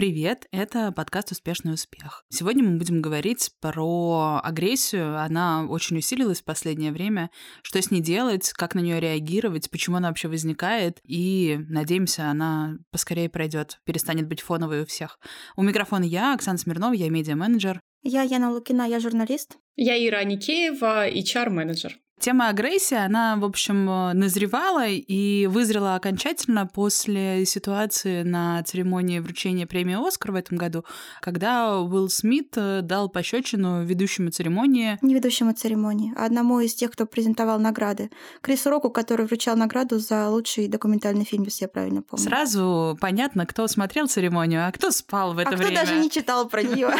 Привет, это подкаст «Успешный успех». Сегодня мы будем говорить про агрессию. Она очень усилилась в последнее время. Что с ней делать, как на нее реагировать, почему она вообще возникает. И, надеемся, она поскорее пройдет, перестанет быть фоновой у всех. У микрофона я, Оксана Смирнова, я медиа-менеджер. Я Яна Лукина, я журналист. Я Ира Аникеева, HR-менеджер. Тема агрессии, она, в общем, назревала и вызрела окончательно после ситуации на церемонии вручения премии «Оскар» в этом году, когда Уилл Смит дал пощечину ведущему церемонии. Не ведущему церемонии, а одному из тех, кто презентовал награды. Крису Року, который вручал награду за лучший документальный фильм, если я правильно помню. Сразу понятно, кто смотрел церемонию, а кто спал в это время. А кто даже не читал про нее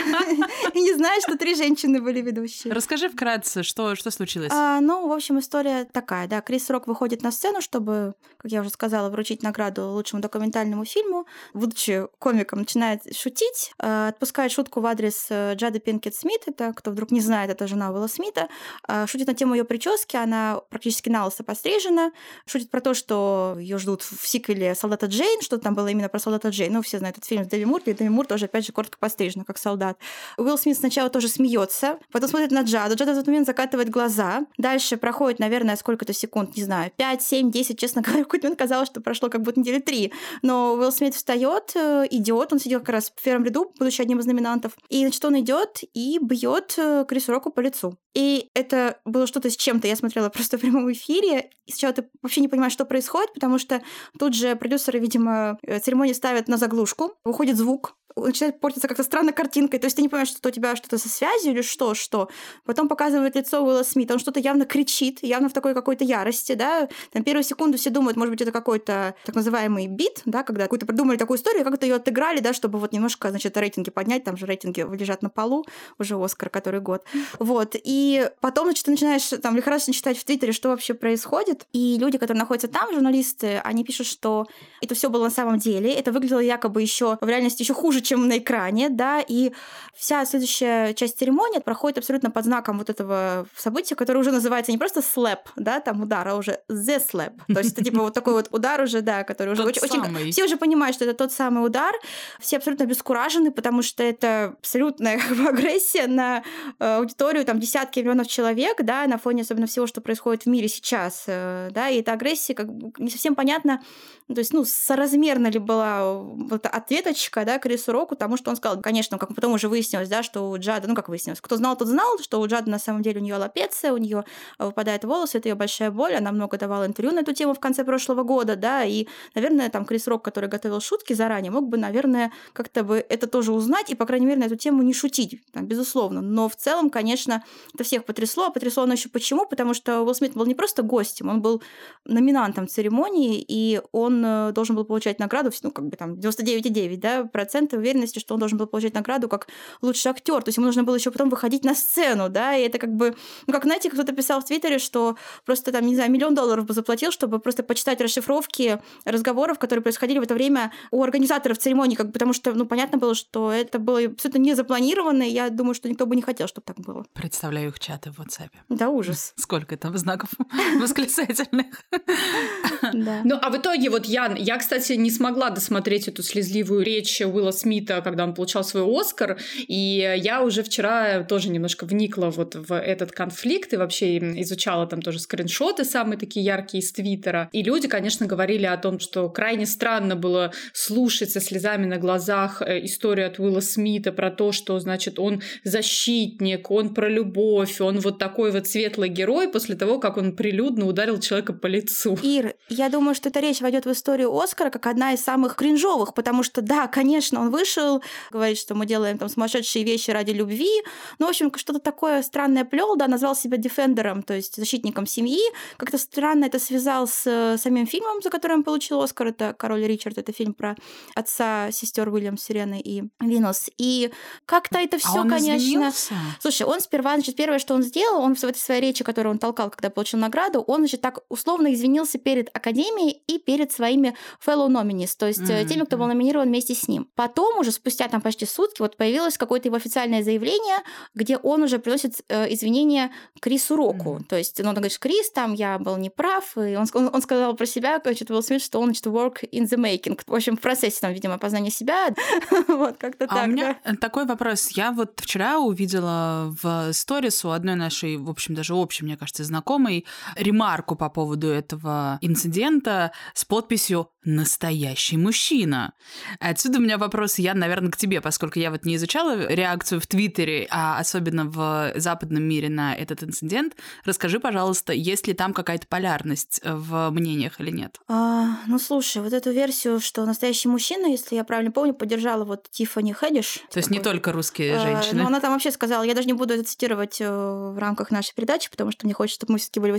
и не знает, что 3 женщины были ведущие. Расскажи вкратце, что случилось. В общем, история такая, да. Крис Рок выходит на сцену, чтобы, как я уже сказала, вручить награду лучшему документальному фильму. Будучи комиком, начинает шутить, отпускает шутку в адрес Джады Пинкет Смит, это, кто вдруг не знает, это жена Уилла Смита, шутит на тему ее прически, она практически на лысо пострижена, шутит про то, что ее ждут в сиквеле «Солдата Джейн», что там было именно про солдата Джейн. Ну, все знают этот фильм с Деми Мур, и Деми Мур тоже, опять же, коротко пострижена, как солдат. Уилл Смит сначала тоже смеется, потом смотрит на Джаду, Джада в этот момент закатывает глаза, дальше проходит, наверное, сколько-то секунд, не знаю, 5, 7, 10, честно говоря, в какой-то момент казалось, что прошло как будто недели 3. Но Уилл Смит встает, идет, он сидел как раз в первом ряду, будучи одним из номинантов, и, значит, он идет и бьет Крису Року по лицу. И это было что-то с чем-то. Я смотрела просто в прямом эфире, и сначала ты вообще не понимаешь, что происходит, потому что тут же продюсеры, видимо, церемонию ставят на заглушку, выходит звук, начинает портиться как-то странно картинкой, то есть ты не понимаешь, что у тебя что-то со связью или что. Потом показывает лицо Уилла Смита, он что-то явно кричит, явно в такой какой-то ярости, да, там первую секунду все думают, может быть, это какой-то так называемый бит, да, когда какую-то придумали такую историю, как-то ее отыграли, да, чтобы вот немножко, значит, рейтинги поднять, там же рейтинги лежат на полу, уже «Оскар» который год, вот, и потом, значит, ты начинаешь там лихорадочно читать в Твиттере, что вообще происходит, и люди, которые находятся там, журналисты, они пишут, что это все было на самом деле, это выглядело якобы еще в реальности еще хуже, чем на экране, да, и вся следующая часть церемонии проходит абсолютно под знаком вот этого события, которое уже называется не просто slap, да, там удар, а уже the slap, то есть это типа вот такой вот удар уже, да, который уже очень... Все уже понимают, что это тот самый удар, все абсолютно обескуражены, потому что это абсолютная как бы агрессия на аудиторию, там, десятки миллионов человек, да, на фоне особенно всего, что происходит в мире сейчас, да, и эта агрессия как бы не совсем понятно, то есть, соразмерна ли была вот ответочка, да, Крису Року, потому что он сказал, конечно, как потом уже выяснилось, да, что у Джады, как выяснилось, кто знал, тот знал, что у Джады на самом деле у нее аллопеция, у нее выпадают волосы, это ее большая боль, она много давала интервью на эту тему в конце прошлого года, да, и, наверное, там Крис Рок, который готовил шутки заранее, мог бы, наверное, как-то бы это тоже узнать и, по крайней мере, на эту тему не шутить, там, безусловно, но в целом, конечно, это всех потрясло, а потрясло оно еще почему? Потому что Уилл Смит был не просто гостем, он был номинантом церемонии, и он должен был получать награду, как бы там 99,9%, да, процентов уверенности, что он должен был получать награду как лучший актер. То есть ему нужно было еще потом выходить на сцену, да, и это как бы, как, знаете, кто-то писал в Твиттере, что просто там, не знаю, $1 миллион бы заплатил, чтобы просто почитать расшифровки разговоров, которые происходили в это время у организаторов церемонии, потому что, понятно было, что это было абсолютно не запланировано, и я думаю, что никто бы не хотел, чтобы так было. Представляю их чаты в WhatsApp. Да, ужас. Сколько там знаков восклицательных. Да. А в итоге, вот я, кстати, не смогла досмотреть эту слезливую речь Уилла Смита, когда он получал свой «Оскар», и я уже вчера тоже немножко вникла вот в этот конфликт и вообще изучала там тоже скриншоты самые такие яркие из Твиттера. И люди, конечно, говорили о том, что крайне странно было слушать со слезами на глазах историю от Уилла Смита про то, что, значит, он защитник, он про любовь, он вот такой вот светлый герой после того, как он прилюдно ударил человека по лицу. Ир, я думаю, что эта речь войдет в историю Оскара как одна из самых кринжовых, потому что, да, конечно, он вышел, говорит, что мы делаем там сумасшедшие вещи ради любви, в общем, что-то такое странное плел, да, назвал себя дефендером, то есть защитником семьи, как-то странно это связал с самим фильмом, за который он получил Оскар, это «Король Ричард», это фильм про отца сестер Уильямс, Сирены и Винус, и как-то это все, конечно... Извинился? Слушай, он сперва, значит, первое, что он сделал, он в этой своей речи, которую он толкал, когда получил награду, он, значит, так условно извинился перед Академией и перед своими fellow nominees, то есть теми, кто был номинирован вместе с ним. Потом потом, уже спустя там почти сутки, вот появилось какое-то его официальное заявление, где он уже приносит извинения Крису Року. То есть, он говорит, Крис, там я был неправ, и он сказал про себя, значит, Уилл Смит, что он, значит, work in the making. В общем, в процессе, там, видимо, познания себя. Вот, как-то так. У меня такой вопрос. Я вот вчера увидела в сторис у одной нашей, в общем, даже общей, мне кажется, знакомой, ремарку по поводу этого инцидента с подписью «Настоящий мужчина». Отсюда у меня вопрос, Ян, наверное, к тебе, поскольку я вот не изучала реакцию в Твиттере, а особенно в западном мире на этот инцидент. Расскажи, пожалуйста, есть ли там какая-то полярность в мнениях или нет? Ну, слушай, вот эту версию, что настоящий мужчина, если я правильно помню, поддержала вот Тиффани Хэдиш. То есть не только русские женщины. Но она там вообще сказала, я даже не буду это цитировать в рамках нашей передачи, потому что мне хочется, чтобы мы все-таки были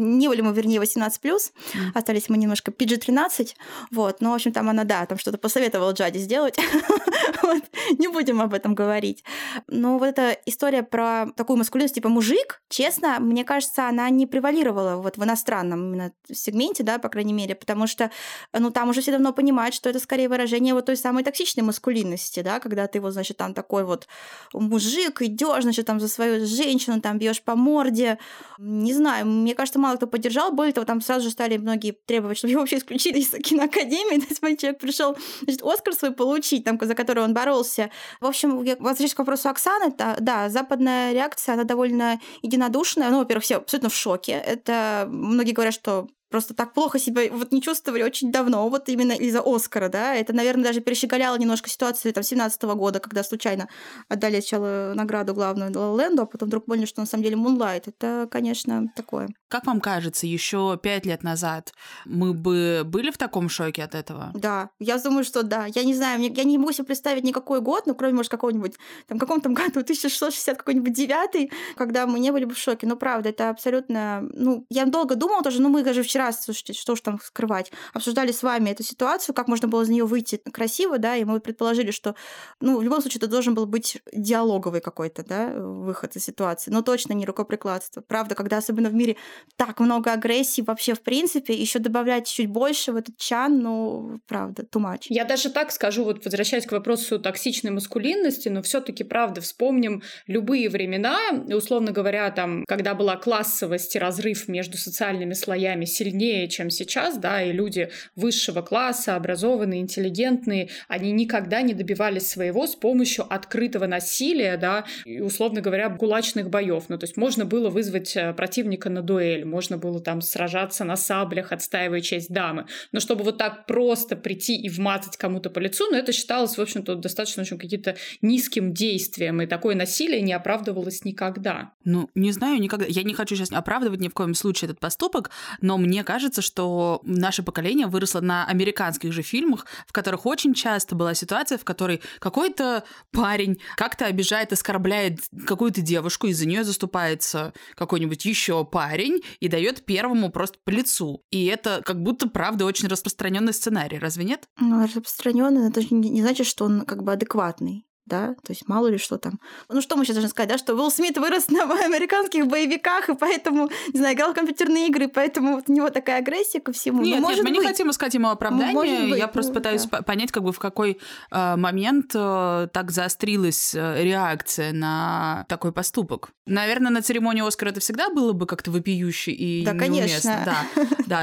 18+, остались мы немножко PG-13. Вот, но, в общем, там она, там что-то посоветовала Джади сделать. Вот, не будем об этом говорить. Но вот эта история про такую маскулинность, типа мужик, честно, мне кажется, она не превалировала вот в иностранном именно сегменте, да, по крайней мере, потому что, там уже все давно понимают, что это скорее выражение вот той самой токсичной маскулинности, да, когда ты вот, значит, там такой вот мужик, идёшь, значит, там за свою женщину, там бьёшь по морде. Не знаю, мне кажется, мало кто поддержал. Более того, там сразу же стали многие требовать, чтобы его вообще исключили из киноакадемии. То есть человек пришел, значит, Оскар свой получить, там, за который он боролся. В общем, возвращаясь к вопросу Оксаны, да, западная реакция, она довольно единодушная. Ну, во-первых, все абсолютно в шоке. Это многие говорят, что просто так плохо себя вот не чувствовали очень давно, вот именно из-за Оскара, да. Это, наверное, даже перещеголяло немножко ситуацию там 17-го года, когда случайно отдали сначала награду главную Ла Ла Ленду, а потом вдруг поняли, что на самом деле Moonlight. Это, конечно, такое. Как вам кажется, еще 5 лет назад мы бы были в таком шоке от этого? Да, я думаю, что да. Я не знаю, я не могу себе представить никакой год, ну, кроме, может, какого-нибудь, там, каком там году, 1660 какой-нибудь 9, когда мы не были бы в шоке. Но правда, это абсолютно... я долго думала тоже, мы даже вчера, слушайте, что уж там скрывать, обсуждали с вами эту ситуацию, как можно было из нее выйти красиво, да, и мы предположили, что, в любом случае, это должен был быть диалоговый какой-то, да, выход из ситуации, но точно не рукоприкладство. Правда, когда особенно в мире так много агрессии вообще в принципе, еще добавлять чуть больше в этот чан, правда, too much. Я даже так скажу, вот возвращаясь к вопросу токсичной маскулинности, но все-таки правда, вспомним любые времена, условно говоря, там, когда была классовость и разрыв между социальными слоями сильнее, чем сейчас, да, и люди высшего класса, образованные, интеллигентные, они никогда не добивались своего с помощью открытого насилия, да, и, условно говоря, кулачных боев. То есть можно было вызвать противника на дуэль, можно было там сражаться на саблях, отстаивая честь дамы. Но чтобы вот так просто прийти и вмазать кому-то по лицу, это считалось, в общем-то, достаточно очень каким-то низким действием, и такое насилие не оправдывалось никогда. Не знаю, никогда. Я не хочу сейчас оправдывать ни в коем случае этот поступок, но мне кажется, что наше поколение выросло на американских же фильмах, в которых очень часто была ситуация, в которой какой-то парень как-то обижает, оскорбляет какую-то девушку, из-за нее заступается какой-нибудь еще парень и дает первому просто по лицу. И это как будто, правда, очень распространенный сценарий, разве нет? Распространенный, это же не значит, что он как бы адекватный. Да, то есть мало ли что там. Что мы сейчас должны сказать, да, что Уилл Смит вырос на американских боевиках, и поэтому, не знаю, играл в компьютерные игры, поэтому вот у него такая агрессия ко всему. Нет, мы не хотим искать ему оправдания, я просто пытаюсь понять, как бы в какой момент так заострилась реакция на такой поступок. Наверное, на церемонии Оскара это всегда было бы как-то вопиюще и да, неуместно. Конечно. Да,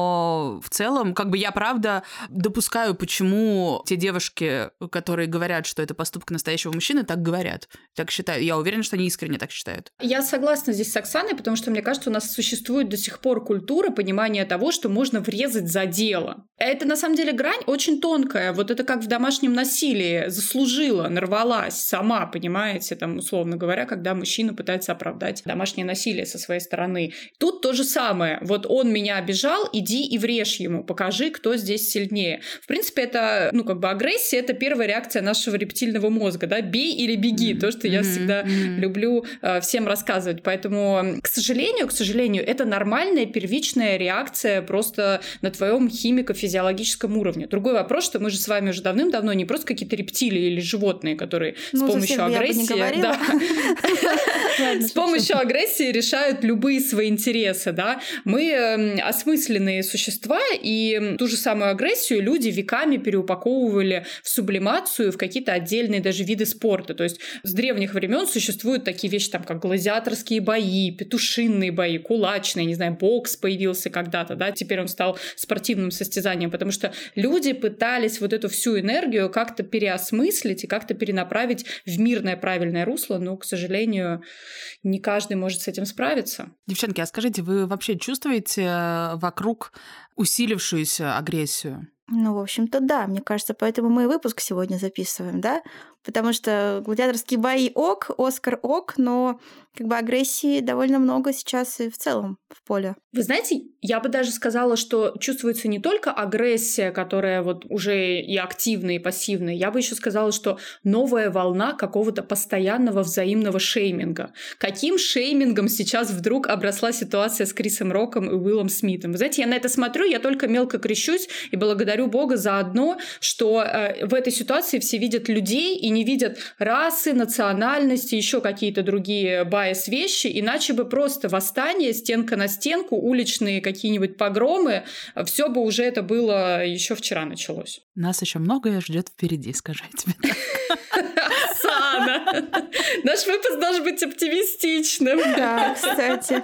но в целом, как бы я правда допускаю, почему те девушки, которые говорят, что это поступок настоящего мужчины, так говорят, так считают. Я уверена, что они искренне так считают. Я согласна здесь с Оксаной, потому что, мне кажется, у нас существует до сих пор культура понимания того, что можно врезать за дело. Это, на самом деле, грань очень тонкая. Вот это как в домашнем насилии. Заслужила, нарвалась сама, понимаете, там, условно говоря, когда мужчина пытается оправдать домашнее насилие со своей стороны. Тут то же самое. Вот он меня обижал, иди и врежь ему, покажи, кто здесь сильнее. В принципе, это, агрессия — это первая реакция нашего рептильного мозга. мозга, да, бей или беги, то, что я всегда люблю всем рассказывать. Поэтому, к сожалению, это нормальная первичная реакция просто на твоем химико-физиологическом уровне. Другой вопрос, что мы же с вами уже давным-давно не просто какие-то рептилии или животные, которые с помощью агрессии... С помощью агрессии решают любые свои интересы, да. Мы осмысленные существа, и ту же самую агрессию люди веками переупаковывали в сублимацию, в какие-то отдельные даже виды спорта. То есть с древних времен существуют такие вещи, там, как гладиаторские бои, петушиные бои, кулачные, не знаю, бокс появился когда-то, да, теперь он стал спортивным состязанием, потому что люди пытались вот эту всю энергию как-то переосмыслить и как-то перенаправить в мирное правильное русло, но, к сожалению, не каждый может с этим справиться. Девчонки, а скажите, вы вообще чувствуете вокруг усилившуюся агрессию? Ну, в общем-то, да. Мне кажется, поэтому мы и выпуск сегодня записываем, да? Потому что гладиаторские бои ок, Оскар ок, но как бы агрессии довольно много сейчас и в целом в поле. Вы знаете, я бы даже сказала, что чувствуется не только агрессия, которая вот уже и активная, и пассивная. Я бы еще сказала, что новая волна какого-то постоянного взаимного шейминга. Каким шеймингом сейчас вдруг обросла ситуация с Крисом Роком и Уиллом Смитом? Вы знаете, я на это смотрю, я только мелко крещусь и благодарю Бога за одно, что в этой ситуации все видят людей и не видят расы, национальности, еще какие-то другие байс-вещи, иначе бы просто восстание, стенка на стенку, уличные какие-нибудь погромы, все бы уже это было еще вчера началось. Нас еще многое ждет впереди, скажу я тебе. Оксана, наш выпуск должен быть оптимистичным. Да, кстати.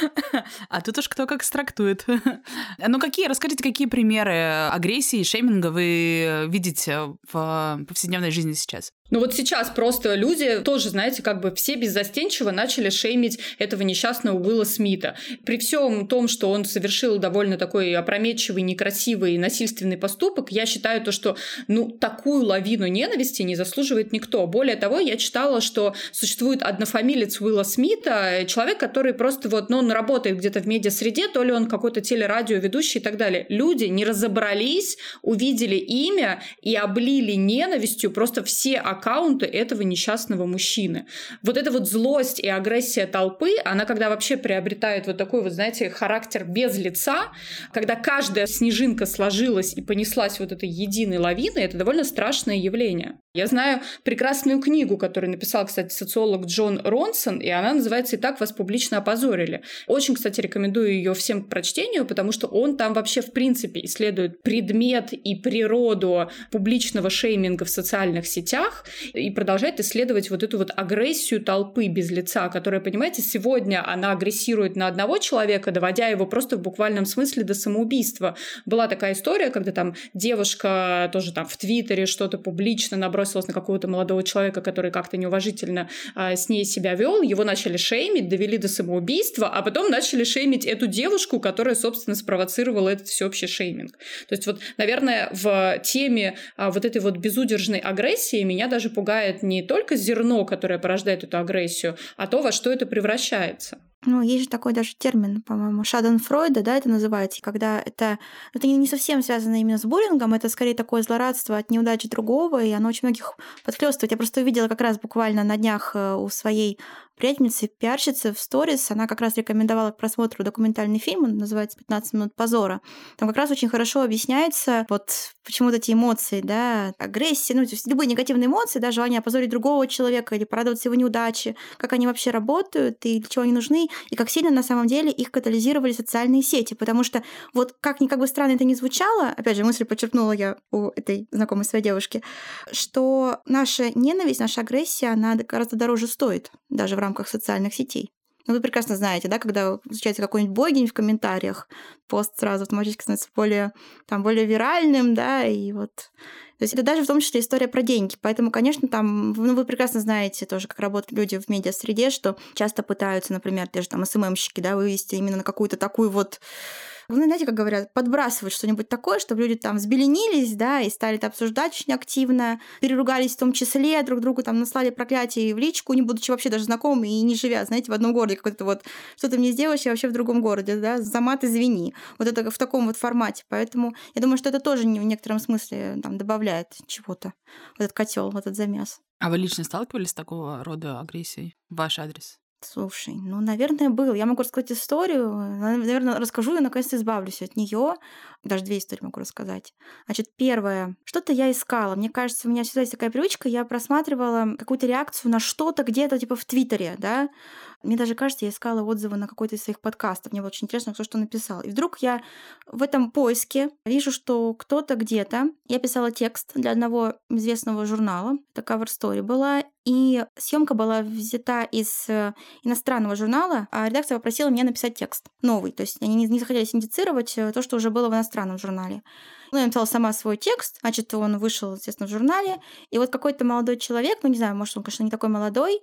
А тут уж кто как трактует. Ну, расскажите, какие примеры агрессии и шейминга вы видите в повседневной жизни сейчас? Ну вот сейчас просто люди тоже, знаете, как бы все беззастенчиво начали шеймить этого несчастного Уилла Смита. При всем том, что он совершил довольно такой опрометчивый, некрасивый, насильственный поступок, я считаю то, что такую лавину ненависти не заслуживает никто. Более того, я читала, что существует однофамилец Уилла Смита, человек, который просто он работает где-то в медиасреде, то ли он какой-то телерадиоведущий и так далее. Люди не разобрались, увидели имя и облили ненавистью просто все аккаунты этого несчастного мужчины. Вот эта вот злость и агрессия толпы, она когда вообще приобретает вот такой знаете, характер без лица, когда каждая снежинка сложилась и понеслась вот этой единой лавиной, это довольно страшное явление. Я знаю прекрасную книгу, которую написал, кстати, социолог Джон Ронсон, и она называется «Итак, вас публично опозорили». Очень, кстати, рекомендую ее всем к прочтению, потому что он там вообще в принципе исследует предмет и природу публичного шейминга в социальных сетях и продолжает исследовать вот эту вот агрессию толпы без лица, которая, понимаете, сегодня она агрессирует на одного человека, доводя его просто в буквальном смысле до самоубийства. Была такая история, когда там девушка тоже там в Твиттере что-то публично набросилась на какого-то молодого человека, который как-то неуважительно с ней себя вел, его начали шеймить, довели до самоубийства, а потом начали шеймить эту девушку, которая, собственно, спровоцировала этот всеобщий шейминг. То есть вот, наверное, в теме вот этой вот безудержной агрессии меня даже пугает не только зерно, которое порождает эту агрессию, а то, во что это превращается. Ну, есть же такой даже термин, по-моему, шаденфройда, да, это называется, когда это не совсем связано именно с буллингом, это скорее такое злорадство от неудачи другого, и оно очень многих подхлёстывает. Я просто увидела как раз буквально на днях у своей приятельницы, пиарщицы в сторис, она как раз рекомендовала к просмотру документальный фильм, он называется «15 минут позора». Там как раз очень хорошо объясняется вот почему вот эти эмоции, да, агрессия, то есть любые негативные эмоции, да, желание опозорить другого человека или порадоваться его неудаче, как они вообще работают и для чего они нужны, и как сильно на самом деле их катализировали социальные сети, потому что вот как бы странно это ни звучало, опять же, мысль подчеркнула я у этой знакомой своей девушки, что наша ненависть, наша агрессия, она гораздо дороже стоит, даже в рамках социальных сетей. Ну, вы прекрасно знаете, да, когда случается какой-нибудь богинь в комментариях, пост сразу автоматически становится более виральным, да, и вот... То есть это даже в том числе история про деньги. Поэтому, конечно, там, вы прекрасно знаете тоже, как работают люди в медиасреде, что часто пытаются, например, те же там СММщики, да, вывести именно на какую-то такую вот ну, знаете, как говорят, подбрасывать что-нибудь такое, чтобы люди там взбеленились, да, и стали это обсуждать очень активно, переругались в том числе, друг другу там наслали проклятие в личку, не будучи вообще даже знакомыми и не живя, знаете, в одном городе, какой-то вот, что ты мне сделаешь, я вообще в другом городе, да, за мат извини. Вот это в таком вот формате. Поэтому я думаю, что это тоже в некотором смысле там добавляет чего-то в этот котел, в этот замес. А вы лично сталкивались с такого рода агрессией в ваш адрес? Слушай, ну, наверное, был. Я могу рассказать историю. Наверное, расскажу и наконец-то избавлюсь от нее. Даже 2 истории могу рассказать. Значит, первое. Что-то я искала. Мне кажется, у меня всегда есть такая привычка. Я просматривала какую-то реакцию на что-то где-то, типа в Твиттере, да. Мне даже кажется, я искала отзывы на какой-то из своих подкастов. Мне было очень интересно, кто что написал. И вдруг я в этом поиске вижу, что кто-то где-то... Я писала текст для одного известного журнала. Это cover story была. И съемка была взята из иностранного журнала, а редакция попросила меня написать текст новый. То есть они не захотели синдицировать то, что уже было в иностранном журнале. Ну, я написала сама свой текст, значит, он вышел, естественно, в журнале. И вот какой-то молодой человек, ну, не знаю, может, он, конечно, не такой молодой,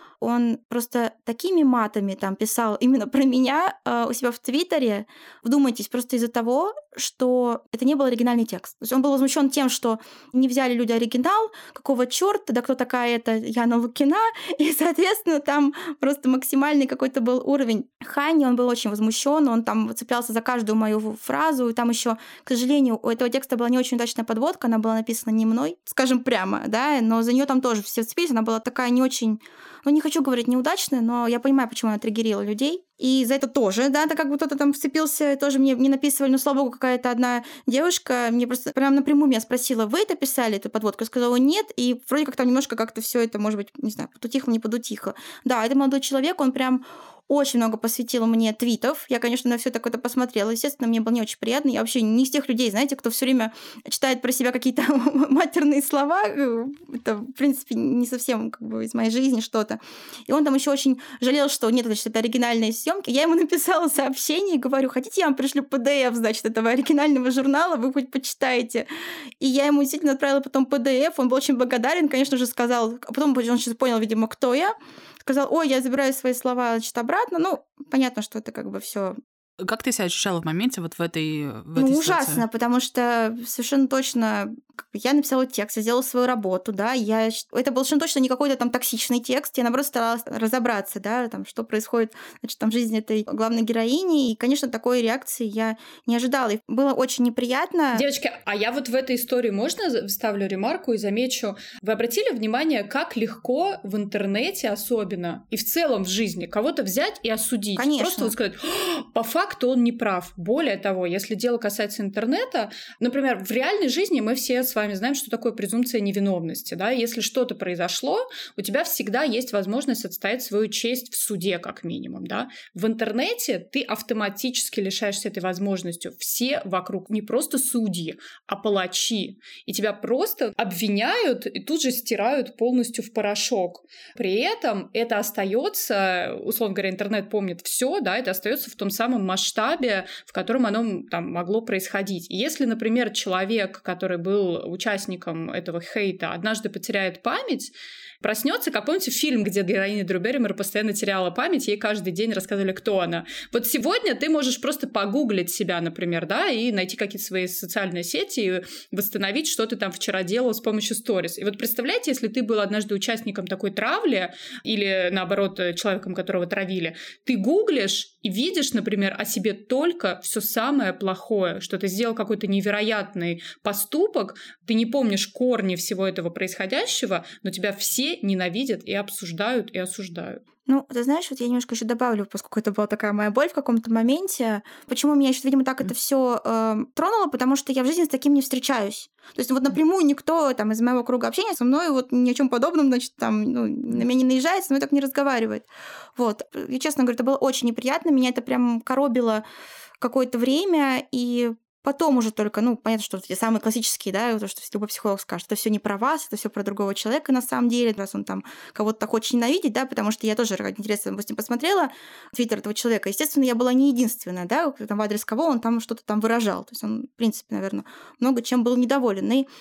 он просто такими матами там писал именно про меня у себя в Твиттере. Вдумайтесь, просто из-за того, что это не был оригинальный текст. То есть он был возмущен тем, что не взяли люди оригинал, какого чёрта, да кто такая эта Яна Лукина, и, соответственно, там просто максимальный какой-то был уровень хани, он был очень возмущен, он там цеплялся за каждую мою фразу, и там еще, к сожалению, у этого текста была не очень удачная подводка, она была написана не мной, скажем прямо, да, но за нее там тоже все цепились, она была такая не очень, ну, не хочу говорить неудачная, но я понимаю, почему она триггерила людей. И за это тоже, да, так как бы кто-то там вцепился, тоже мне не написывали, но, слава богу, какая-то одна девушка мне просто прям напрямую меня спросила: вы это писали, эту подводку? Я сказала: нет, и вроде как там немножко как-то все это, может быть, не знаю, подутихло, не подутихло. Да, это молодой человек, он прям очень много посвятил мне твитов. Я, конечно, на все это посмотрела. Естественно, мне было не очень приятно. Я вообще не из тех людей, знаете, кто все время читает про себя какие-то матерные слова. Это, в принципе, не совсем как бы из моей жизни что-то. И он там еще очень жалел, что нет, значит, это оригинальные съемки. Я ему написала сообщение и говорю: хотите, я вам пришлю PDF, значит, этого оригинального журнала, вы хоть почитаете. И я ему действительно отправила потом PDF. Он был очень благодарен, конечно же, сказал. А потом он сейчас понял, видимо, кто я. Сказал: ой, я забираю свои слова, значит, обратно. Ну, понятно, что это как бы все. Как ты себя ощущала в моменте вот в этой Ну, ситуации? ужасно, потому что совершенно точно я написала текст, я сделала свою работу, да, это был совершенно точно не какой-то там токсичный текст, я, наоборот, старалась разобраться, да, там, что происходит, значит, там, в жизни этой главной героини, и, конечно, такой реакции я не ожидала, и было очень неприятно. Девочки, а я вот в этой истории, можно вставлю ремарку и замечу, вы обратили внимание, как легко в интернете особенно, и в целом в жизни, кого-то взять и осудить? Конечно. Просто вот сказать: по факту он не прав. Более того, если дело касается интернета, например, в реальной жизни мы все с вами знаем, что такое презумпция невиновности. Да? Если что-то произошло, у тебя всегда есть возможность отстоять свою честь в суде, как минимум. Да? В интернете ты автоматически лишаешься этой возможности. Все вокруг не просто судьи, а палачи. И тебя просто обвиняют и тут же стирают полностью в порошок. При этом это остается, условно говоря, интернет помнит все, да, это остается в том самом масштабе, в котором оно там могло происходить. И если, например, человек, который был участником этого хейта, однажды потеряет память, проснется, как помните фильм, где героиня Дрю Берримор постоянно теряла память, ей каждый день рассказывали, кто она. Вот сегодня ты можешь просто погуглить себя, например, да, и найти какие-то свои социальные сети и восстановить, что ты там вчера делал с помощью сторис. И вот представляете, если ты был однажды участником такой травли или, наоборот, человеком, которого травили, ты гуглишь и видишь, например, о себе только все самое плохое, что ты сделал какой-то невероятный поступок, ты не помнишь корни всего этого происходящего, но тебя все ненавидят и обсуждают и осуждают. Ну, ты знаешь, вот я немножко еще добавлю, поскольку это была такая моя боль в каком-то моменте. Почему меня еще, видимо, так это все тронуло? Потому что я в жизни с таким не встречаюсь. То есть вот напрямую никто там из моего круга общения со мной вот ни о чем подобном, значит, там, ну, на меня не наезжает, со мной так не разговаривает. Вот. И, честно говоря, это было очень неприятно. Меня это прям коробило какое-то время, и потом уже только, ну, понятно, что эти самые классические, да, то, что любой психолог скажет, это все не про вас, это все про другого человека на самом деле, раз он там кого-то так хочет ненавидеть, да, потому что я тоже ради интереса, допустим, посмотрела твиттер этого человека. Естественно, я была не единственная, да, там, в адрес кого он там что-то там выражал. То есть он, в принципе, наверное, много чем был недоволен. И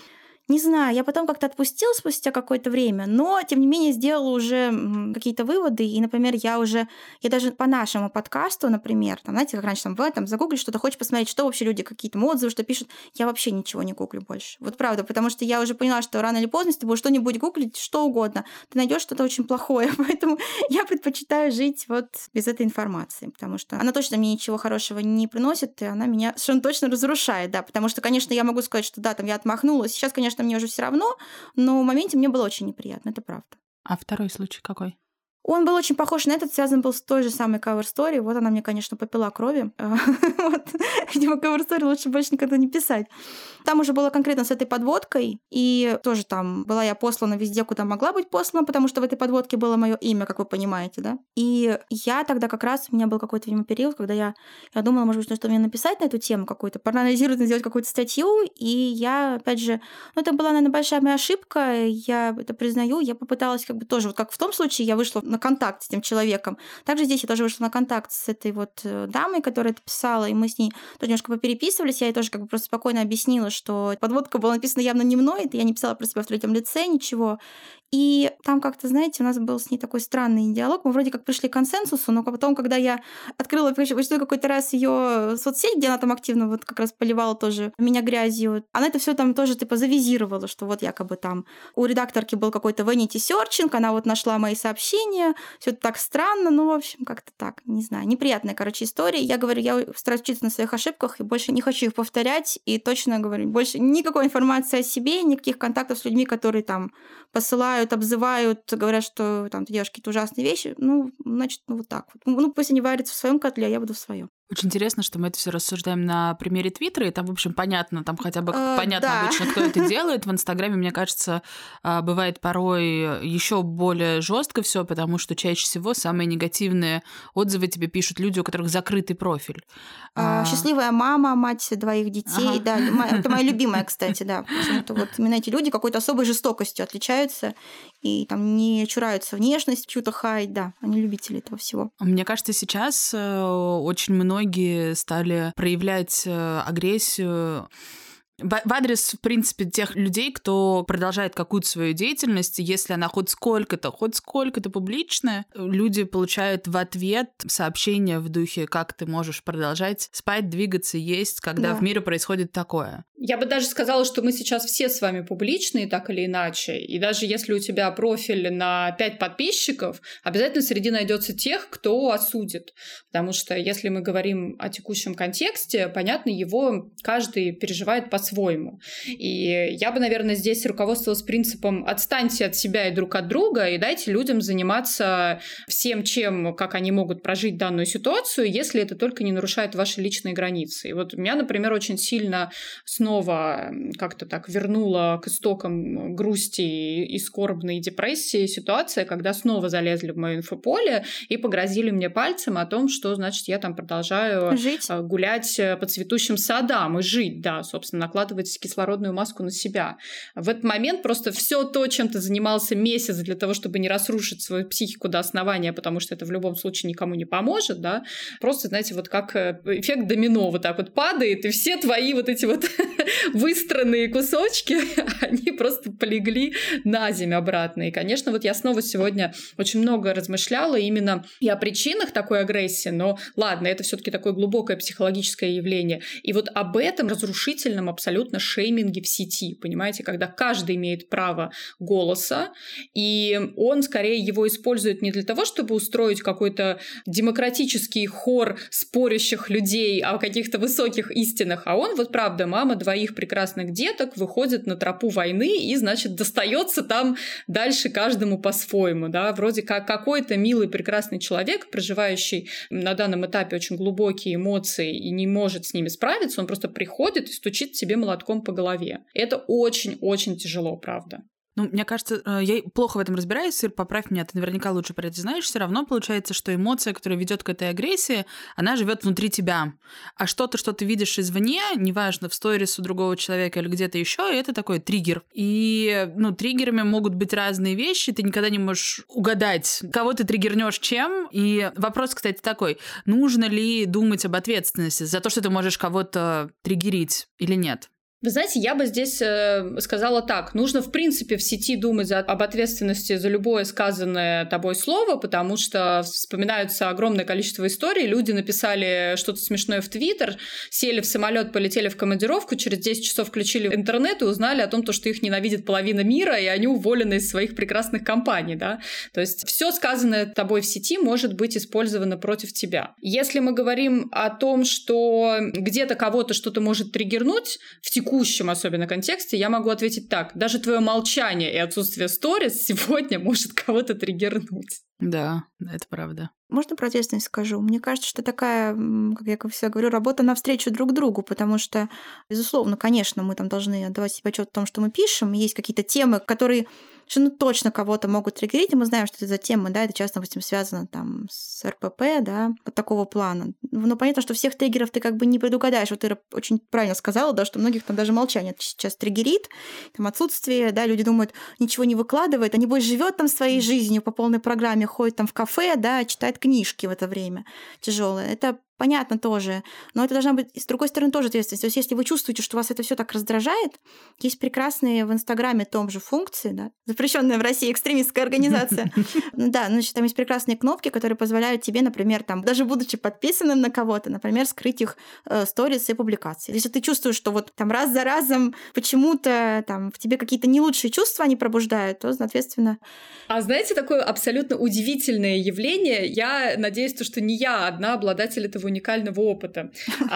Не знаю, я потом как-то отпустила спустя какое-то время, но, тем не менее, сделала уже какие-то выводы. И, например, я даже по нашему подкасту, например, там, знаете, как раньше там загуглишь что-то, хочешь посмотреть, что вообще люди, какие-то отзывы, что пишут, я вообще ничего не гуглю больше. Вот правда, потому что я уже поняла, что рано или поздно, если ты будешь что-нибудь гуглить, что угодно, ты найдешь что-то очень плохое. Поэтому я предпочитаю жить вот без этой информации, потому что она точно мне ничего хорошего не приносит, и она меня совершенно точно разрушает, да, потому что, конечно, я могу сказать, что да, там я отмахнулась, сейчас, конечно, мне уже все равно, но в моменте мне было очень неприятно, это правда. А второй случай какой? Он был очень похож на этот, связан был с той же самой Cover Story. Вот она мне, конечно, попила крови. Видимо, Cover Story лучше больше никогда не писать. Там уже было конкретно с этой подводкой, и тоже там была я послана везде, куда могла быть послана, потому что в этой подводке было мое имя, как вы понимаете, да. И я тогда как раз, у меня был какой-то, видимо, период, когда я думала, может быть, что мне написать на эту тему какую-то, проанализировать, сделать какую-то статью, и я, опять же, это была, наверное, большая моя ошибка, я это признаю, я попыталась как бы тоже, вот как в том случае я вышла на контакт с этим человеком. Также здесь я тоже вышла на контакт с этой вот дамой, которая это писала, и мы с ней тоже немножко попереписывались. Я ей тоже как бы просто спокойно объяснила, что подводка была написана явно не мной, это я не писала про себя в третьем лице, ничего. И там как-то, знаете, у нас был с ней такой странный диалог. Мы вроде как пришли к консенсусу, но потом, когда я открыла какой-то раз ее соцсеть, где она там активно вот как раз поливала тоже меня грязью, она это все там тоже типа завизировала, что вот якобы там у редакторки был какой-то vanity searching, она вот нашла мои сообщения, все это так странно, ну, в общем, как-то так, не знаю, неприятная, короче, история. Я говорю, я стараюсь учиться на своих ошибках и больше не хочу их повторять, и точно говорю, больше никакой информации о себе, никаких контактов с людьми, которые там посылают, обзывают, говорят, что там ты делаешь какие-то ужасные вещи, ну, значит, ну, вот так вот. Ну, пусть они варятся в своем котле, а я буду в своем. Очень интересно, что мы это все рассуждаем на примере Твиттера, и там, в общем, понятно, там хотя бы понятно да. обычно, кто это делает. В Инстаграме, мне кажется, бывает порой еще более жестко все, потому что чаще всего самые негативные отзывы тебе пишут люди, у которых закрытый профиль. Счастливая мама, мать двоих детей, да, это моя любимая, кстати, да. Почему-то вот именно эти люди какой-то особой жестокостью отличаются и там не чураются внешность, чью-то хай, да, они любители этого всего. Мне кажется, сейчас очень многие стали проявлять агрессию в адрес, в принципе, тех людей, кто продолжает какую-то свою деятельность, если она хоть сколько-то публичная, люди получают в ответ сообщения в духе, как ты можешь продолжать спать, двигаться, есть, когда в мире происходит такое. Я бы даже сказала, что мы сейчас все с вами публичные, так или иначе. И даже если у тебя профиль на 5 подписчиков, обязательно среди найдется тех, кто осудит. Потому что если мы говорим о текущем контексте, понятно, его каждый переживает по-своему. И я бы, наверное, здесь руководствовалась принципом «отстаньте от себя и друг от друга и дайте людям заниматься всем, чем, как они могут прожить данную ситуацию, если это только не нарушает ваши личные границы». И вот меня, например, очень сильно снова как-то так вернула к истокам грусти и скорбной депрессии ситуация, когда снова залезли в мое инфополе и погрозили мне пальцем о том, что, значит, я там продолжаю гулять по цветущим садам и жить, да, собственно, накладывать кислородную маску на себя. В этот момент просто все то, чем ты занимался месяц для того, чтобы не разрушить свою психику до основания, потому что это в любом случае никому не поможет, да, просто, знаете, вот как эффект домино вот так вот падает, и все твои вот эти вот выстроенные кусочки, они просто полегли на землю обратно. И, конечно, вот я снова сегодня очень много размышляла именно и о причинах такой агрессии, но ладно, это все-таки такое глубокое психологическое явление. И вот об этом разрушительном абсолютно шейминге в сети, понимаете, когда каждый имеет право голоса, и он скорее его использует не для того, чтобы устроить какой-то демократический хор спорящих людей о каких-то высоких истинах, а он вот правда мама двоих прекрасных деток, выходит на тропу войны и, значит, достается там дальше каждому по-своему, да, вроде как какой-то милый прекрасный человек, проживающий на данном этапе очень глубокие эмоции и не может с ними справиться, он просто приходит и стучит себе молотком по голове. Это очень-очень тяжело, правда. Ну, мне кажется, я плохо в этом разбираюсь, Ир, поправь меня, ты наверняка лучше про это знаешь, все равно получается, что эмоция, которая ведет к этой агрессии, она живет внутри тебя. А что-то, что ты видишь извне, неважно, в сторис у другого человека или где-то еще, это такой триггер. И, триггерами могут быть разные вещи, ты никогда не можешь угадать, кого ты триггернешь чем. И вопрос, кстати, такой, нужно ли думать об ответственности за то, что ты можешь кого-то триггерить или нет? Вы знаете, я бы здесь сказала так. Нужно, в принципе, в сети думать об ответственности за любое сказанное тобой слово, потому что вспоминаются огромное количество историй. Люди написали что-то смешное в Твиттер, сели в самолет, полетели в командировку, через 10 часов включили интернет и узнали о том, что их ненавидит половина мира, и они уволены из своих прекрасных компаний. Да? То есть все сказанное тобой в сети может быть использовано против тебя. Если мы говорим о том, что где-то кого-то что-то может триггернуть в текущем особенно контексте, я могу ответить так. Даже твое молчание и отсутствие сторис сегодня может кого-то триггернуть. Да, это правда. Можно про ответственность скажу? Мне кажется, что такая, как я всегда говорю, работа навстречу друг другу, потому что, безусловно, конечно, мы там должны отдавать себе отчет о том, что мы пишем. Есть какие-то темы, которые точно кого-то могут триггерить, и мы знаем, что это за темы, да, это часто, допустим, связано там с РПП, да, вот такого плана. Но понятно, что всех триггеров ты как бы не предугадаешь. Вот ты очень правильно сказала, да, что многих там даже молчание сейчас триггерит, там отсутствие, да, люди думают, ничего не выкладывает, а небось живет там своей жизнью по полной программе, ходит там в кафе, да, читает книжки в это время тяжелое. Это понятно тоже, но это должна быть, с другой стороны, тоже ответственность. То есть если вы чувствуете, что вас это все так раздражает, есть прекрасные в Инстаграме том же функции, да, запрещенная в России экстремистская организация. Да, значит, там есть прекрасные кнопки, которые позволяют тебе, например, там, даже будучи подписанным на кого-то, например, скрыть их сторис и публикации. Если ты чувствуешь, что вот там раз за разом почему-то там в тебе какие-то не лучшие чувства они пробуждают, то, соответственно... А знаете, такое абсолютно удивительное явление, я надеюсь, что не я одна обладатель этого уникального опыта.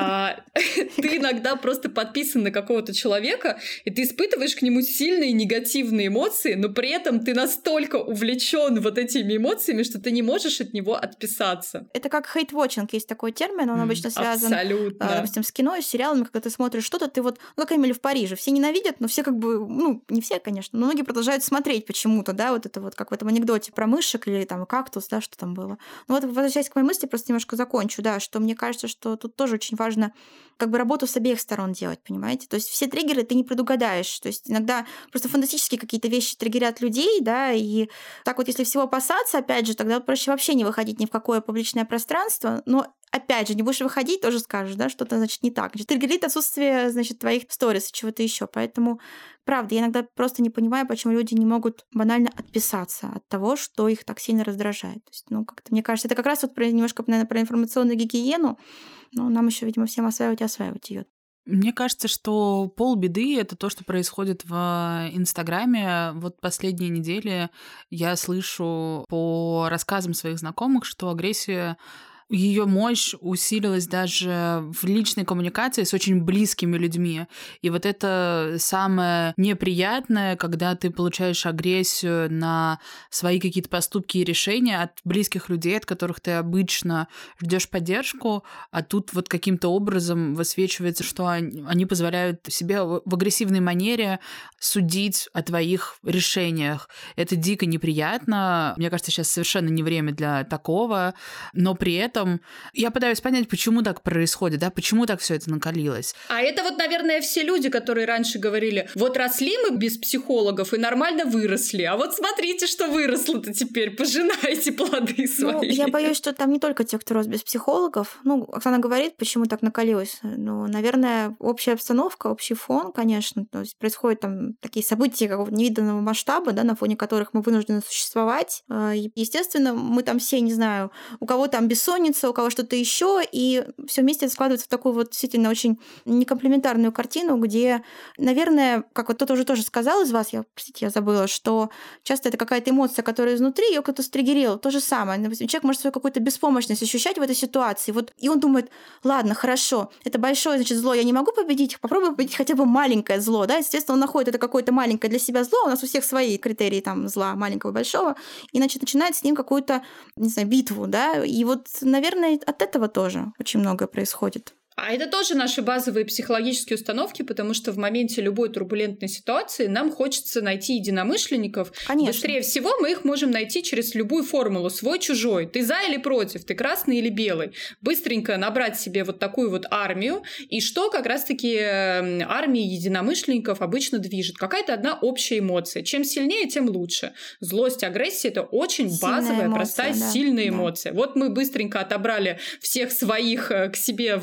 Ты иногда просто подписан на какого-то человека, и ты испытываешь к нему сильные негативные эмоции, но при этом ты настолько увлечен вот этими эмоциями, что ты не можешь от него отписаться. Это как хейт-вотчинг, есть такой термин, он обычно связан, допустим, с кино, с сериалами, когда ты смотришь что-то, ты вот, как Эмили в Париже, все ненавидят, но все как бы, не все, конечно, но многие продолжают смотреть почему-то, да, вот это вот как в этом анекдоте про мышек или там кактус, да, что там было. Ну вот, возвращаясь к моей мысли, просто немножко закончу, да, что мне кажется, что тут тоже очень важно как бы работу с обеих сторон делать, понимаете? То есть все триггеры ты не предугадаешь. То есть иногда просто фантастические какие-то вещи триггерят людей, да, и так вот если всего опасаться, опять же, тогда проще вообще не выходить ни в какое публичное пространство, но опять же, не будешь выходить, тоже скажешь, да, что-то, значит, не так. Значит, триггерит отсутствие, значит, твоих сторис и чего-то еще. Поэтому, правда, я иногда просто не понимаю, почему люди не могут банально отписаться от того, что их так сильно раздражает. То есть, как-то, мне кажется, это как раз вот немножко, наверное, про информационную гигиену, но нам еще, видимо, всем осваивать ее. Мне кажется, что полбеды — это то, что происходит в Инстаграме. Вот последние недели я слышу по рассказам своих знакомых, что агрессия, ее мощь усилилась даже в личной коммуникации с очень близкими людьми. И вот это самое неприятное, когда ты получаешь агрессию на свои какие-то поступки и решения от близких людей, от которых ты обычно ждешь поддержку, а тут вот каким-то образом высвечивается, что они позволяют себе в агрессивной манере судить о твоих решениях. Это дико неприятно. Мне кажется, сейчас совершенно не время для такого, но при этом я пытаюсь понять, почему так происходит, да, почему так все это накалилось. А это вот, наверное, все люди, которые раньше говорили, вот росли мы без психологов и нормально выросли, а вот смотрите, что выросло-то теперь, пожинайте плоды свои. Я боюсь, что там не только те, кто рос без психологов. Оксана говорит, почему так накалилось. Наверное, общая обстановка, общий фон, конечно, то есть происходят там такие события какого-то невиданного масштаба, да, на фоне которых мы вынуждены существовать. И, естественно, мы там все, не знаю, у кого там бессонница, у кого что-то еще, и все вместе складывается в такую вот действительно очень некомплементарную картину, где, наверное, как вот кто-то уже тоже сказал из вас, я забыла, что часто это какая-то эмоция, которая изнутри, ее кто-то стриггерил. То же самое. Человек может свою какую-то беспомощность ощущать в этой ситуации. Вот, и он думает, ладно, хорошо, это большое, значит, зло, я не могу победить, попробую победить хотя бы маленькое зло. Да? Естественно, он находит это какое-то маленькое для себя зло, у нас у всех свои критерии там зла, маленького, большого, и, значит, начинает с ним какую-то, не знаю, битву, да, и вот, наверное, от этого тоже очень многое происходит. А это тоже наши базовые психологические установки, потому что в моменте любой турбулентной ситуации нам хочется найти единомышленников. Конечно. Быстрее всего мы их можем найти через любую формулу. Свой-чужой. Ты за или против? Ты красный или белый? Быстренько набрать себе вот такую вот армию. И что как раз-таки армии единомышленников обычно движет? Какая-то одна общая эмоция. Чем сильнее, тем лучше. Злость, агрессия — это очень сильная базовая, эмоция, простая, да, сильная эмоция. Вот мы быстренько отобрали всех своих к себе в один пункт,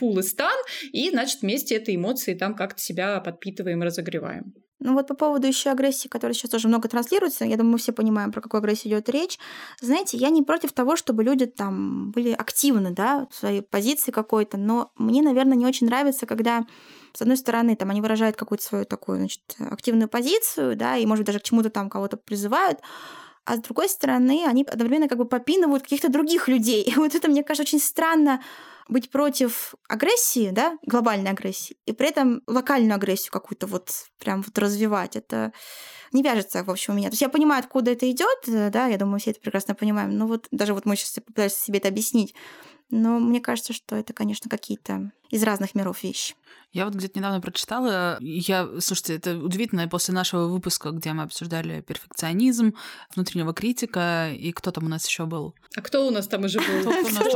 пул и стан, и, значит, вместе этой эмоции там как-то себя подпитываем и разогреваем. Ну вот по поводу еще агрессии, которая сейчас тоже много транслируется, я думаю, мы все понимаем, про какую агрессию идет речь. Знаете, я не против того, чтобы люди там были активны, да, в своей позиции какой-то, но мне, наверное, не очень нравится, когда с одной стороны, там, они выражают какую-то свою такую, значит, активную позицию, да, и, может быть, даже к чему-то там кого-то призывают, а с другой стороны, они одновременно как бы попинывают каких-то других людей. И вот это, мне кажется, очень странно быть против агрессии, да, глобальной агрессии, и при этом локальную агрессию какую-то вот прям вот развивать. Это не вяжется, в общем, у меня. То есть я понимаю, откуда это идет, да, я думаю, все это прекрасно понимаем. Но вот даже вот мы сейчас попытаемся себе это объяснить. Но мне кажется, что это, конечно, какие-то из разных миров вещи. Я вот где-то недавно прочитала, слушайте, это удивительно, после нашего выпуска, где мы обсуждали перфекционизм, внутреннего критика, и кто там у нас еще был? А кто у нас там уже был?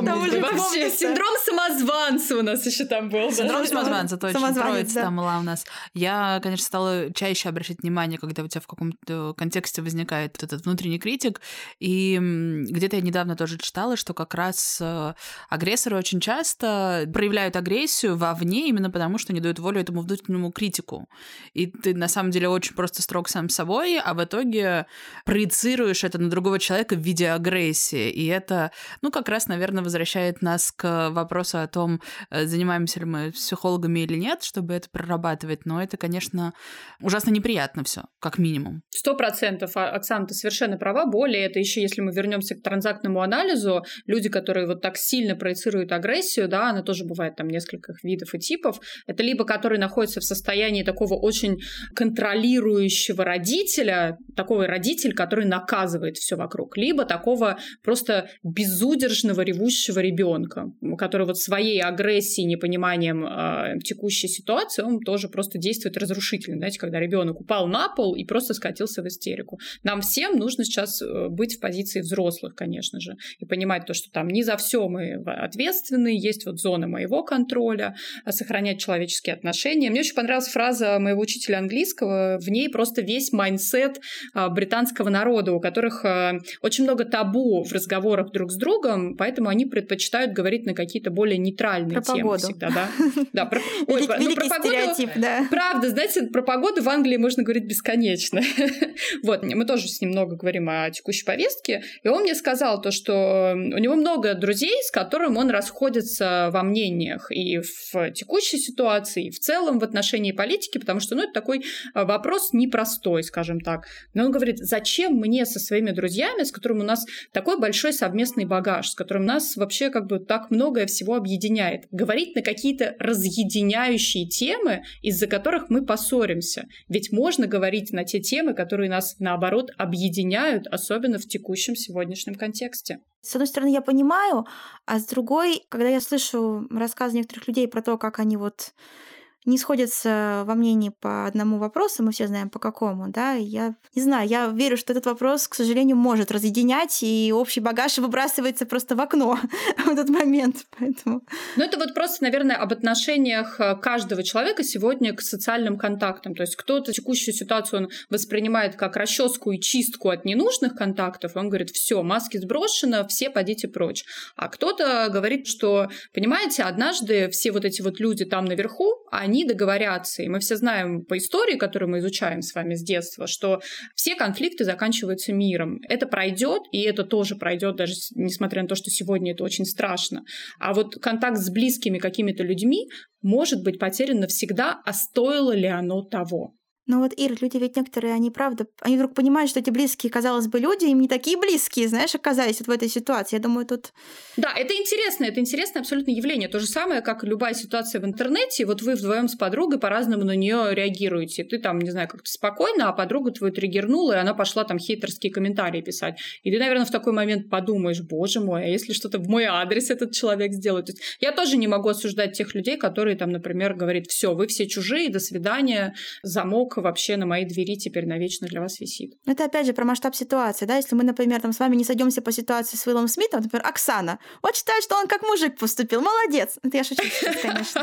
Вообще, синдром самозванца у нас еще там был. Синдром самозванца, точно, троица там была у нас. Я, конечно, стала чаще обращать внимание, когда у тебя в каком-то контексте возникает этот внутренний критик, и где-то я недавно тоже читала, что как раз агрессоры очень часто проявляют агрессию вовне именно потому, что не дают волю этому внутреннему критику. И ты на самом деле очень просто строг сам с собой, а в итоге проецируешь это на другого человека в виде агрессии. И это, как раз, наверное, возвращает нас к вопросу о том, занимаемся ли мы психологами или нет, чтобы это прорабатывать. Но это, конечно, ужасно неприятно все, как минимум. 100%, Оксана, ты совершенно права. Более это еще, если мы вернемся к транзактному анализу, люди, которые вот так сильно проецируют агрессию, да, она тоже бывает там несколько видов и типов. Это либо которые находятся в состоянии такого очень контролирующего родителя, такой родитель, который наказывает все вокруг, либо такого просто безудержного ревущего ребенка, который вот своей агрессией, непониманием текущей ситуации, он тоже просто действует разрушительно. Знаете, когда ребенок упал на пол и просто скатился в истерику. Нам всем нужно сейчас быть в позиции взрослых, конечно же, и понимать то, что там не за все мы ответственны, есть вот зона моего контроля, сохранять человеческие отношения. Мне очень понравилась фраза моего учителя английского, в ней просто весь майндсет британского народа, у которых очень много табу в разговорах друг с другом, поэтому они предпочитают говорить на какие-то более нейтральные темы всегда, да? Да, про стереотип, да. Правда, знаете, про погоду в Англии можно говорить бесконечно. Вот, мы тоже с ним много говорим о текущей повестке, и он мне сказал то, что у него много друзей, с которым он расходится во мнениях и в текущей ситуации, и в целом в отношении политики, потому что, это такой вопрос непростой, скажем так. Но он говорит, зачем мне со своими друзьями, с которыми у нас такой большой совместный багаж, с которым нас вообще как бы так многое всего объединяет, говорить на какие-то разъединяющие темы, из-за которых мы поссоримся. Ведь можно говорить на те темы, которые нас, наоборот, объединяют, особенно в текущем сегодняшнем контексте. С одной стороны, я понимаю, а с другой, когда я слышу рассказы некоторых людей про то, как они вот не сходятся во мнении по одному вопросу, мы все знаем по какому, да, я не знаю, я верю, что этот вопрос, к сожалению, может разъединять, и общий багаж выбрасывается просто в окно в этот момент, поэтому... Это вот просто, наверное, об отношениях каждого человека сегодня к социальным контактам, то есть кто-то текущую ситуацию он воспринимает как расческу и чистку от ненужных контактов, он говорит, все, маски сброшены, все подите прочь, а кто-то говорит, что, понимаете, однажды все вот эти вот люди там наверху, они договорятся. И мы все знаем по истории, которую мы изучаем с вами с детства, что все конфликты заканчиваются миром. Это пройдет, и это тоже пройдет, даже несмотря на то, что сегодня это очень страшно. А вот контакт с близкими какими-то людьми может быть потерян навсегда, а стоило ли оно того? Ну вот, Ир, люди ведь некоторые, они правда, они вдруг понимают, что эти близкие, казалось бы, люди, им не такие близкие, знаешь, оказались вот в этой ситуации. Я думаю, тут... Да, это интересное абсолютно явление. То же самое, как любая ситуация в интернете. Вот вы вдвоем с подругой по-разному на нее реагируете. Ты там, не знаю, как-то спокойно, а подруга твою триггернула, и она пошла там хейтерские комментарии писать. И ты, наверное, в такой момент подумаешь, боже мой, а если что-то в мой адрес этот человек сделает? То есть я тоже не могу осуждать тех людей, которые там, например, говорят, все, вы все чужие, до свидания, замок вообще на моей двери теперь навечно для вас висит. Это опять же про масштаб ситуации, да, если мы, например, там с вами не сойдемся по ситуации с Уиллом Смитом, например, Оксана, вот считает, что он как мужик поступил, молодец. Это я шучу сейчас, конечно.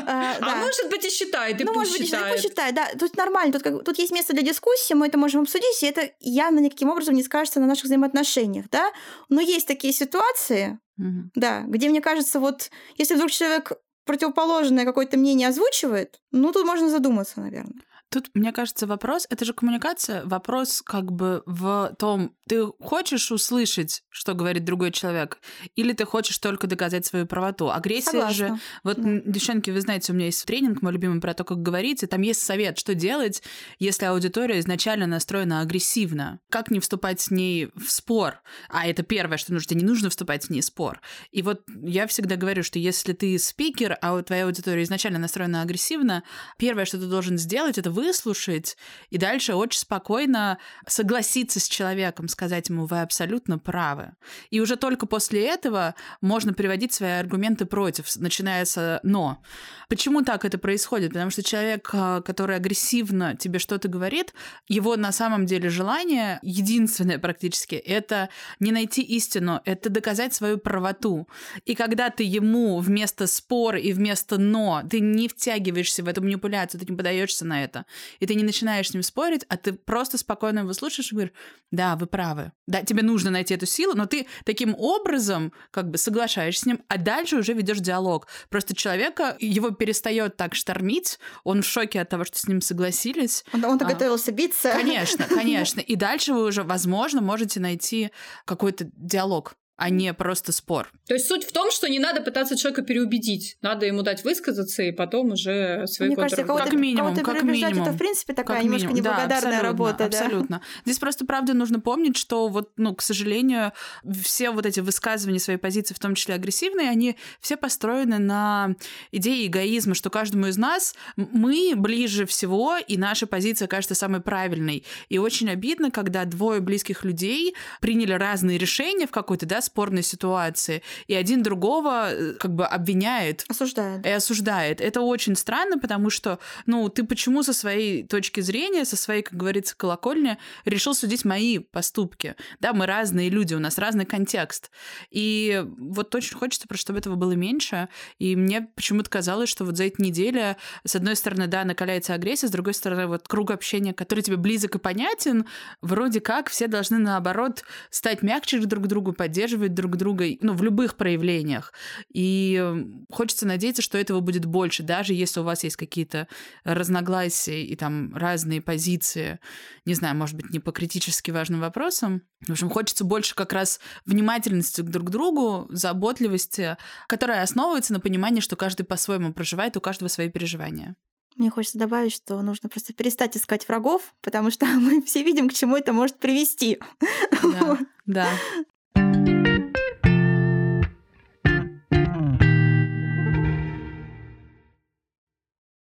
Может быть и считает, и пусть считает. Да, тут нормально, тут есть место для дискуссии, мы это можем обсудить, и это явно никаким образом не скажется на наших взаимоотношениях, да, но есть такие ситуации, да, где, мне кажется, вот если вдруг человек противоположное какое-то мнение озвучивает, ну, тут можно задуматься, наверное. Тут, мне кажется, вопрос, это же коммуникация, вопрос как бы в том, ты хочешь услышать, что говорит другой человек, или ты хочешь только доказать свою правоту. Агрессия Согласна. же... Вот, Да. девчонки, вы знаете, у меня есть тренинг, мой любимый, про то, как говорить, и там есть совет, что делать, если аудитория изначально настроена агрессивно. Как не вступать с ней в спор. А это первое, что нужно, тебе не нужно вступать с ней в спор. И вот я всегда говорю, что если ты спикер, а твоя аудитория изначально настроена агрессивно, первое, что ты должен сделать, это выслушать и дальше очень спокойно согласиться с человеком, сказать ему: вы абсолютно правы. И уже только после этого можно приводить свои аргументы против, начиная с «но». Почему так это происходит? Потому что человек, который агрессивно тебе что-то говорит, его на самом деле желание, единственное практически, это не найти истину, это доказать свою правоту. И когда ты ему вместо спор и вместо «но», ты не втягиваешься в эту манипуляцию, ты не подаешься на это, и ты не начинаешь с ним спорить, а ты просто спокойно его слушаешь и говоришь: да, вы правы, да, тебе нужно найти эту силу, но ты таким образом как бы соглашаешься с ним, а дальше уже ведешь диалог. Просто человека, его перестает так штормить, он в шоке от того, что с ним согласились. Он-то готовился биться. Конечно, конечно. И дальше вы уже, возможно, можете найти какой-то диалог, а не просто спор. То есть суть в том, что не надо пытаться человека переубедить. Надо ему дать высказаться, и потом уже свои контраргументы. Как минимум. Это, в принципе, такая немножко неблагодарная работа. Абсолютно. Здесь просто, правда, нужно помнить, что вот, к сожалению, все вот эти высказывания своей позиции, в том числе агрессивные, они все построены на идее эгоизма, что каждому из нас мы ближе всего, и наша позиция кажется самой правильной. И очень обидно, когда двое близких людей приняли разные решения в какой-то, спорной ситуации, и один другого как бы обвиняет. Осуждает. И осуждает. Это очень странно, потому что, ты почему со своей точки зрения, со своей, как говорится, колокольни, решил судить мои поступки? Да, мы разные люди, у нас разный контекст. И вот очень хочется, чтобы этого было меньше, и мне почему-то казалось, что вот за эти недели, с одной стороны, накаляется агрессия, с другой стороны, вот круг общения, который тебе близок и понятен, вроде как все должны, наоборот, стать мягче друг к другу, поддерживать друг друга, в любых проявлениях. И хочется надеяться, что этого будет больше, даже если у вас есть какие-то разногласия и там разные позиции, не знаю, может быть, не по критически важным вопросам. В общем, хочется больше как раз внимательности друг к другу, заботливости, которая основывается на понимании, что каждый по-своему проживает, у каждого свои переживания. Мне хочется добавить, что нужно просто перестать искать врагов, потому что мы все видим, к чему это может привести. Да.